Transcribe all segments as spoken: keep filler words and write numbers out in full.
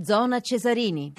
Zona Cesarini.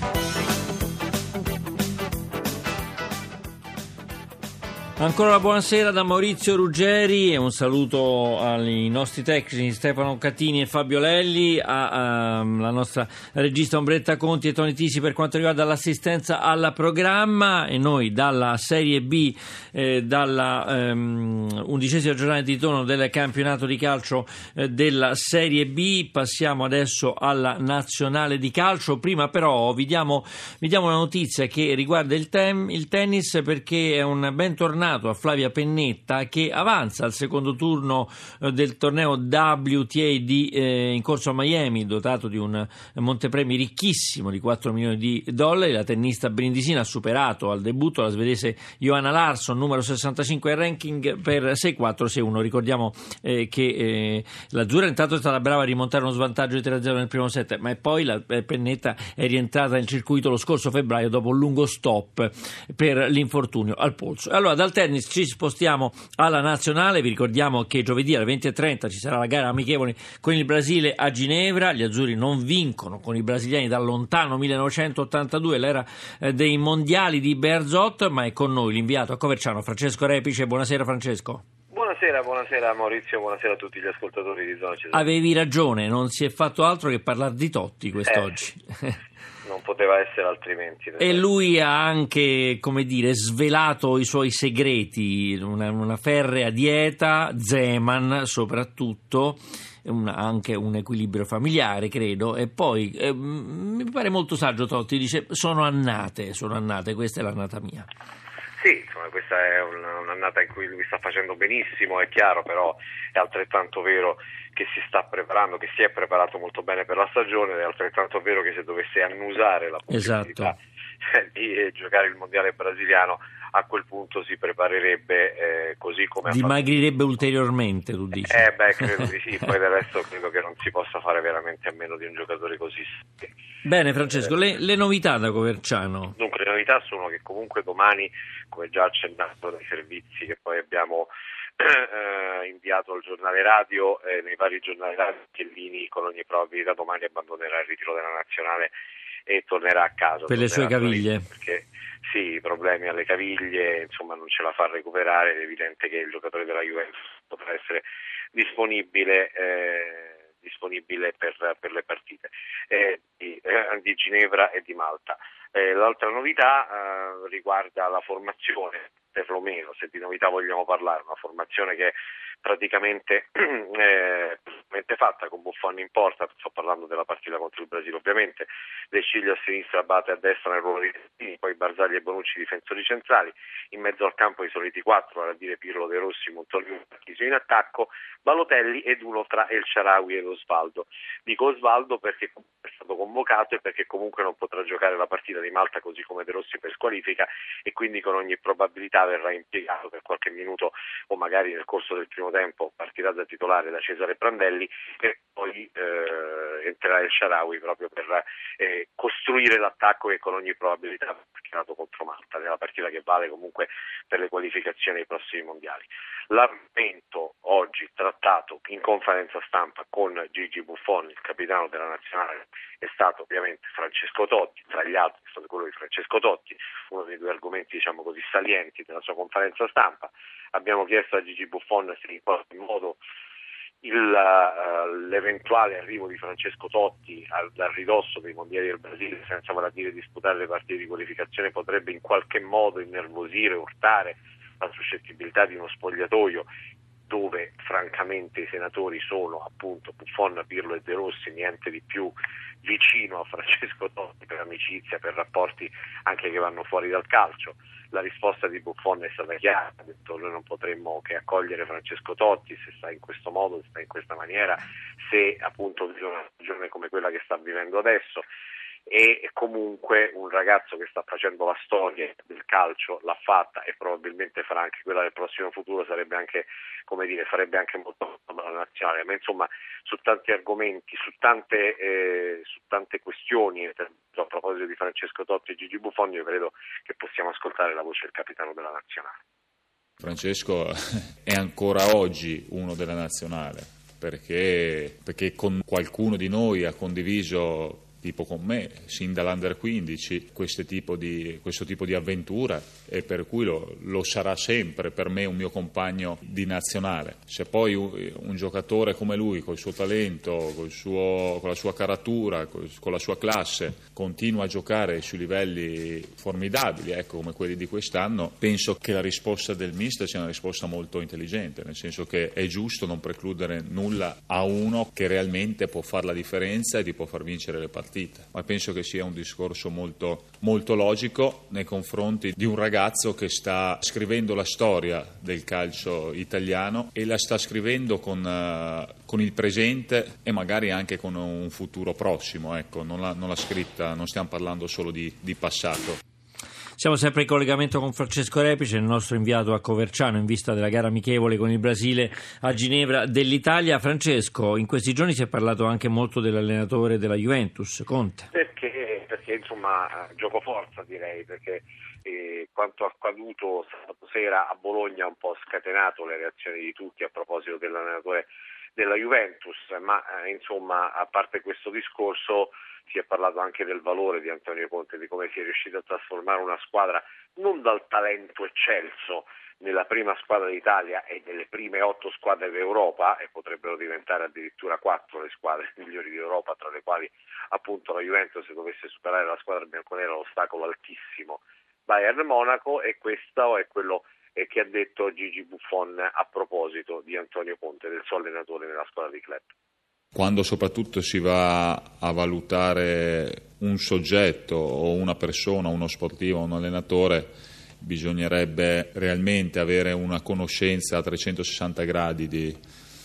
Ancora la buonasera da Maurizio Ruggeri e un saluto ai nostri tecnici Stefano Cattini e Fabio Lelli, alla nostra regista Ombretta Conti e Toni Tisi per quanto riguarda l'assistenza al programma, e noi dalla Serie B, eh, dalla ehm, undicesima giornata di ritorno del campionato di calcio eh, della Serie B, passiamo adesso alla nazionale di calcio. Prima però vi diamo, vi diamo una notizia che riguarda il, tem, il tennis, perché è un bentornato a Flavia Pennetta, che avanza al secondo turno del torneo W T A di, eh, in corso a Miami, dotato di un montepremi ricchissimo di quattro milioni di dollari. La tennista brindisina ha superato al debutto la svedese Johanna Larsson, numero sessantacinque al ranking, per sei quattro sei uno. Ricordiamo eh, che eh, l'azzurra intanto è stata brava a rimontare uno svantaggio di tre a zero nel primo set, ma poi la eh, Pennetta è rientrata nel circuito lo scorso febbraio dopo un lungo stop per l'infortunio al polso. Allora, dal tennis ci spostiamo alla nazionale. Vi ricordiamo che giovedì alle venti e trenta ci sarà la gara amichevole con il Brasile a Ginevra. Gli azzurri non vincono con i brasiliani dal lontano millenovecentottantadue, l'era eh, dei mondiali di Bearzot, ma è con noi l'inviato a Coverciano Francesco Repice. Buonasera Francesco. Buonasera, buonasera Maurizio, buonasera a tutti gli ascoltatori di Zona Cesarini. Avevi ragione, non si è fatto altro che parlare di Totti quest'oggi. Eh. Non poteva essere altrimenti. E lui ha anche, come dire, svelato i suoi segreti, una, una ferrea dieta, Zeman soprattutto, una, anche un equilibrio familiare, credo, e poi eh, mi pare molto saggio Totti, dice sono annate, sono annate, questa è l'annata mia. Sì, insomma, questa è un'annata in cui lui sta facendo benissimo, è chiaro, però è altrettanto vero che si sta preparando, che si è preparato molto bene per la stagione, ed è altrettanto vero che se dovesse annusare la possibilità esatto. di giocare il mondiale brasiliano, a quel punto si preparerebbe eh, così come dimagrirebbe ha fatto... ulteriormente, tu dici? Eh beh, credo di sì, poi del resto credo che non si possa fare veramente a meno di un giocatore così. Bene Francesco, le, le novità da Coverciano? Dunque, le novità sono che comunque domani, come già accennato nei servizi che poi abbiamo eh, inviato al giornale radio, eh, nei vari giornali radio, Chiellini con ogni probabilità domani abbandonerà il ritiro della nazionale e tornerà a casa. Per le sue caviglie? Perché sì, i problemi alle caviglie, insomma, non ce la fa recuperare. È evidente che il giocatore della Juventus potrà essere disponibile eh, disponibile per, per le partite eh, di, eh, di Ginevra e di Malta. Eh, l'altra novità eh, riguarda la formazione, perlomeno, se di novità vogliamo parlare, una formazione che è praticamente eh, fatta con Buffon in porta. Sto parlando della partita contro il Brasile ovviamente, De Sciglio a sinistra, Abate a destra nel ruolo di terzini, poi Barzagli e Bonucci difensori centrali, in mezzo al campo i soliti quattro, vale a dire Pirlo, De Rossi, Montolivo e Marchisio in attacco, Balotelli ed uno tra El Shaarawy ed Osvaldo. Dico Osvaldo perché è stato convocato e perché comunque non potrà giocare la partita di Malta, così come De Rossi per squalifica, e quindi con ogni probabilità verrà impiegato per qualche minuto o magari nel corso del primo tempo partirà da titolare da Cesare Prandelli e poi eh, entrerà El Shaarawy proprio per eh, costruire l'attacco che con ogni probabilità ha marcato contro Malta nella partita che vale comunque per le qualificazioni ai prossimi mondiali. L'argomento oggi trattato in conferenza stampa con Gigi Buffon, il capitano della nazionale, è stato ovviamente Francesco Totti, tra gli altri è stato quello di Francesco Totti, uno dei due argomenti diciamo così salienti della sua conferenza stampa. Abbiamo chiesto a Gigi Buffon se in qualche modo il, uh, l'eventuale arrivo di Francesco Totti al, al ridosso dei mondiali del Brasile, senza voler dire disputare le partite di qualificazione, potrebbe in qualche modo innervosire, urtare la suscettibilità di uno spogliatoio dove francamente i senatori sono appunto Buffon, Pirlo e De Rossi, niente di più vicino a Francesco Totti per amicizia, per rapporti anche che vanno fuori dal calcio. La risposta di Buffon è stata chiara, ha detto noi non potremmo che accogliere Francesco Totti se sta in questo modo, se sta in questa maniera, se appunto vive una stagione come quella che sta vivendo adesso. E comunque un ragazzo che sta facendo la storia del calcio l'ha fatta e probabilmente farà anche quella del prossimo futuro, sarebbe anche, come dire, farebbe anche molto la nazionale, ma insomma su tanti argomenti, su tante eh, su tante questioni, a proposito di Francesco Totti e Gigi Buffon, io credo che possiamo ascoltare la voce del capitano della nazionale. Francesco è ancora oggi uno della nazionale perché, perché con qualcuno di noi ha condiviso tipo con me, sin dall'Under quindici, questo tipo di, questo tipo di avventura, e per cui lo, lo sarà sempre per me un mio compagno di nazionale. Se poi un, un giocatore come lui, col suo talento, col suo, con la sua caratura, col, con la sua classe, continua a giocare su livelli formidabili, ecco, come quelli di quest'anno, penso che la risposta del mister sia una risposta molto intelligente, nel senso che è giusto non precludere nulla a uno che realmente può fare la differenza e ti può far vincere le partite, ma penso che sia un discorso molto, molto logico nei confronti di un ragazzo che sta scrivendo la storia del calcio italiano e la sta scrivendo con, uh, con il presente e magari anche con un futuro prossimo, ecco, non l'ha, non l'ha scritta, non stiamo parlando solo di, di passato. Siamo sempre in collegamento con Francesco Repice, il nostro inviato a Coverciano in vista della gara amichevole con il Brasile a Ginevra dell'Italia. Francesco, in questi giorni si è parlato anche molto dell'allenatore della Juventus, Conte. Perché, perché insomma, gioco forza direi, perché eh, quanto accaduto sabato sera a Bologna ha un po' scatenato le reazioni di tutti a proposito dell'allenatore della Juventus, ma eh, insomma, a parte questo discorso, si è parlato anche del valore di Antonio Conte, di come si è riuscito a trasformare una squadra non dal talento eccelso nella prima squadra d'Italia e nelle prime otto squadre d'Europa, e potrebbero diventare addirittura quattro le squadre migliori d'Europa, tra le quali appunto la Juventus, se dovesse superare la squadra bianconera, l'ostacolo altissimo Bayern Monaco, e questo è quello che ha detto Gigi Buffon a proposito di Antonio Conte, del suo allenatore nella squadra di club. Quando soprattutto si va a valutare un soggetto o una persona, uno sportivo, un allenatore, bisognerebbe realmente avere una conoscenza a trecentosessanta gradi di,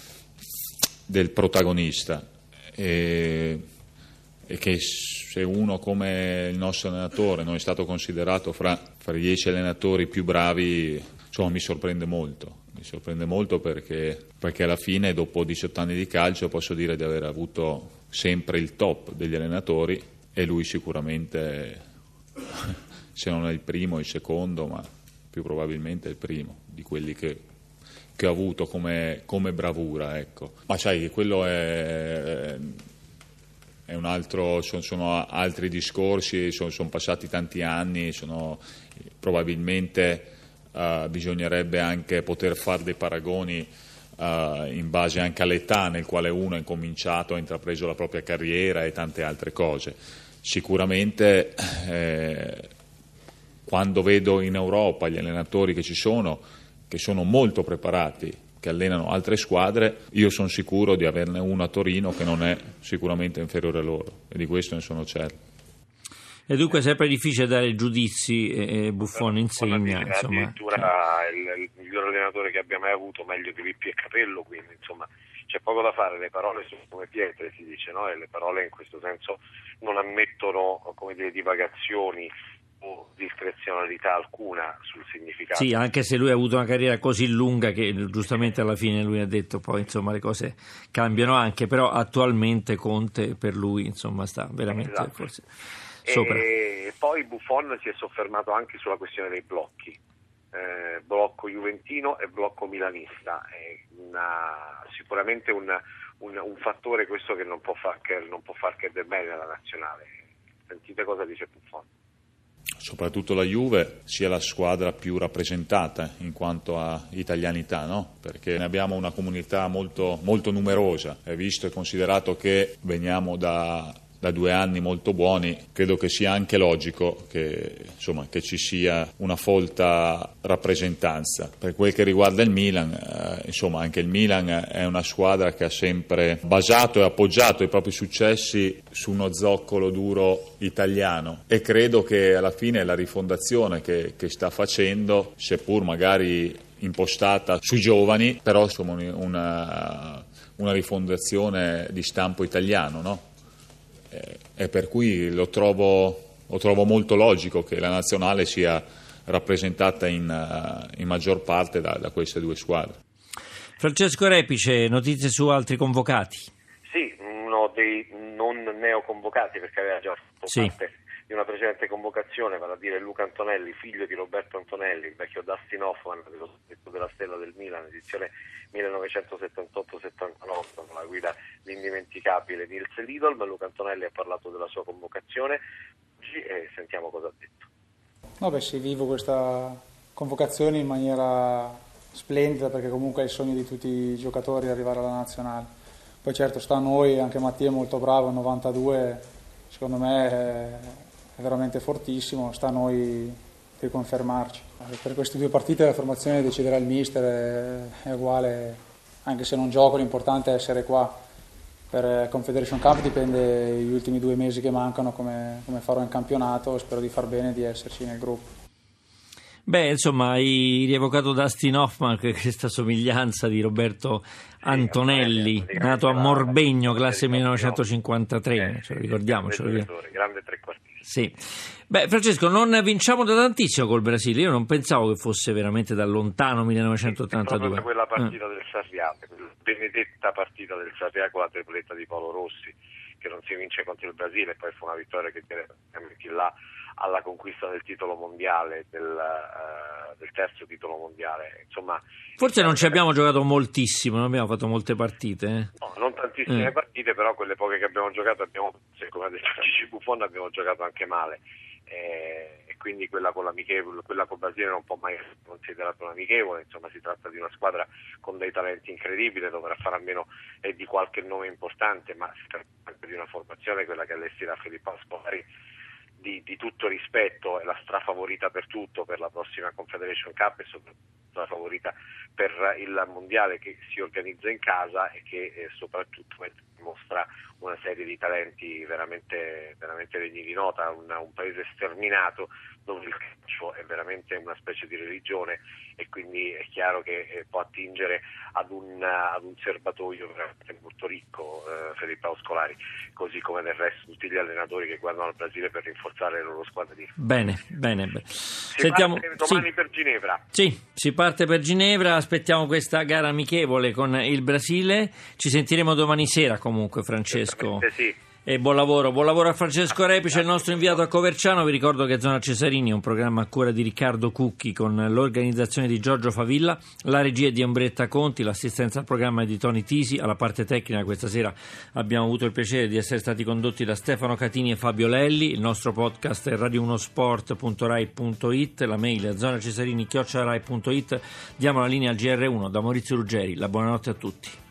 del protagonista, e, e che se uno come il nostro allenatore non è stato considerato fra, fra i dieci allenatori più bravi, insomma, mi sorprende molto. Mi sorprende molto perché, perché alla fine, dopo diciotto anni di calcio, posso dire di aver avuto sempre il top degli allenatori, e lui sicuramente, se non è il primo, il secondo, ma più probabilmente è il primo di quelli che, che ho avuto come, come bravura, ecco. Ma sai, quello è, è un altro, sono, sono altri discorsi, sono, sono passati tanti anni, sono probabilmente... Uh, bisognerebbe anche poter fare dei paragoni uh, in base anche all'età nel quale uno ha incominciato, ha intrapreso la propria carriera e tante altre cose. Sicuramente eh, quando vedo in Europa gli allenatori che ci sono, che sono molto preparati, che allenano altre squadre, io sono sicuro di averne uno a Torino che non è sicuramente inferiore a loro, e di questo ne sono certo. E dunque è sempre difficile dare giudizi, e Buffon insegna, insomma. Addirittura il, il miglior allenatore che abbiamo mai avuto, meglio di Lippi e Capello, quindi insomma c'è poco da fare, le parole sono come pietre, si dice, no? E le parole in questo senso non ammettono, come dire, divagazioni o discrezionalità alcuna sul significato. Sì, anche se lui ha avuto una carriera così lunga che giustamente alla fine lui ha detto poi insomma le cose cambiano anche, però attualmente Conte per lui insomma sta veramente esatto. forse sopra. E poi Buffon si è soffermato anche sulla questione dei blocchi, eh, blocco juventino e blocco milanista, è una, sicuramente un, un, un fattore questo che non può far che non può far che del bene alla nazionale. Sentite cosa dice Buffon. Soprattutto la Juve sia la squadra più rappresentata in quanto a italianità, no? Perché ne abbiamo una comunità molto, molto numerosa, e visto e considerato che veniamo da, da due anni molto buoni, credo che sia anche logico che, insomma, che ci sia una folta rappresentanza. Per quel che riguarda il Milan, eh, insomma, anche il Milan è una squadra che ha sempre basato e appoggiato i propri successi su uno zoccolo duro italiano, e credo che alla fine la rifondazione che, che sta facendo, seppur magari impostata sui giovani, però insomma una, una rifondazione di stampo italiano, no? E per cui lo trovo, lo trovo molto logico che la nazionale sia rappresentata in, in maggior parte da, da queste due squadre. Francesco Repice, notizie su altri convocati? Sì, uno dei non neoconvocati, perché aveva già fatto sì. parte di una precedente convocazione, vale a dire Luca Antonelli, figlio di Roberto Antonelli, il vecchio Dustin Hoffman dello scudetto della Stella del Milan, edizione millenovecentosettantotto settantanove, con la guida l'indimenticabile Nils Lidolm. Luca Antonelli ha parlato della sua convocazione e sentiamo cosa ha detto. No, beh, sì, vivo questa convocazione in maniera splendida, perché comunque è il sogno di tutti i giocatori arrivare alla nazionale. Poi certo sta a noi, anche Mattia è molto bravo, novantadue secondo me è veramente fortissimo, sta a noi riconfermarci. Per queste due partite la formazione deciderà il mister, è, è uguale, anche se non gioco, l'importante è essere qua. Per Confederation Cup dipende gli ultimi due mesi che mancano, come, come farò in campionato, spero di far bene e di esserci nel gruppo. Beh, insomma, hai rievocato Dustin Hoffman, questa somiglianza di Roberto Antonelli, sì, nato a Morbegno, classe millenovecentocinquantatré, eh, ce lo ricordiamocelo. Grande trequartista. Sì. Beh, Francesco, non vinciamo da tantissimo col Brasile, io non pensavo che fosse veramente da lontano millenovecentottantadue. Proprio quella partita eh. del Sarrià, quella benedetta partita del Sarrià con la tripletta di Paolo Rossi, che non si vince contro il Brasile, poi fu una vittoria che tiene là alla conquista del titolo mondiale, del, uh, del terzo titolo mondiale. Insomma, forse non ci abbiamo giocato moltissimo, non abbiamo fatto molte partite. Eh? No, non tantissime eh. partite, però quelle poche che abbiamo giocato abbiamo, come ha detto Gigi Buffon, abbiamo giocato anche male. Eh, e quindi quella con l'amichevole, quella con il Brasile non può mai essere considerata un'amichevole. Insomma, si tratta di una squadra con dei talenti incredibili, dovrà fare a meno eh, di qualche nome importante, ma si tratta anche di una formazione, quella che allestirà Filippo Scolari, Di, di tutto rispetto, è la strafavorita per tutto, per la prossima Confederation Cup e soprattutto la favorita per il mondiale che si organizza in casa e che eh, soprattutto mostra una serie di talenti veramente, veramente degni di nota, un, un paese sterminato dove il calcio è veramente una specie di religione e quindi è chiaro che eh, può attingere ad un, ad un serbatoio veramente molto ricco, eh, Filippo Scolari, così come del resto tutti gli allenatori che guardano al Brasile per rinforzare le loro squadre di bene, bene, bene. Si Sentiamo parte domani sì. per Ginevra. Sì, si parte per Ginevra, aspettiamo questa gara amichevole con il Brasile, ci sentiremo domani sera comunque, Francesco. Sì. E buon lavoro, buon lavoro a Francesco Repice, il nostro inviato a Coverciano. Vi ricordo che Zona Cesarini è un programma a cura di Riccardo Cucchi con l'organizzazione di Giorgio Favilla, la regia è di Ombretta Conti, l'assistenza al programma è di Toni Tisi, alla parte tecnica questa sera abbiamo avuto il piacere di essere stati condotti da Stefano Catini e Fabio Lelli. Il nostro podcast è radio uno sport punto rai punto it, la mail è zonacesarini chiocciola rai punto it. Diamo la linea al G R uno da Maurizio Ruggeri, la buonanotte a tutti.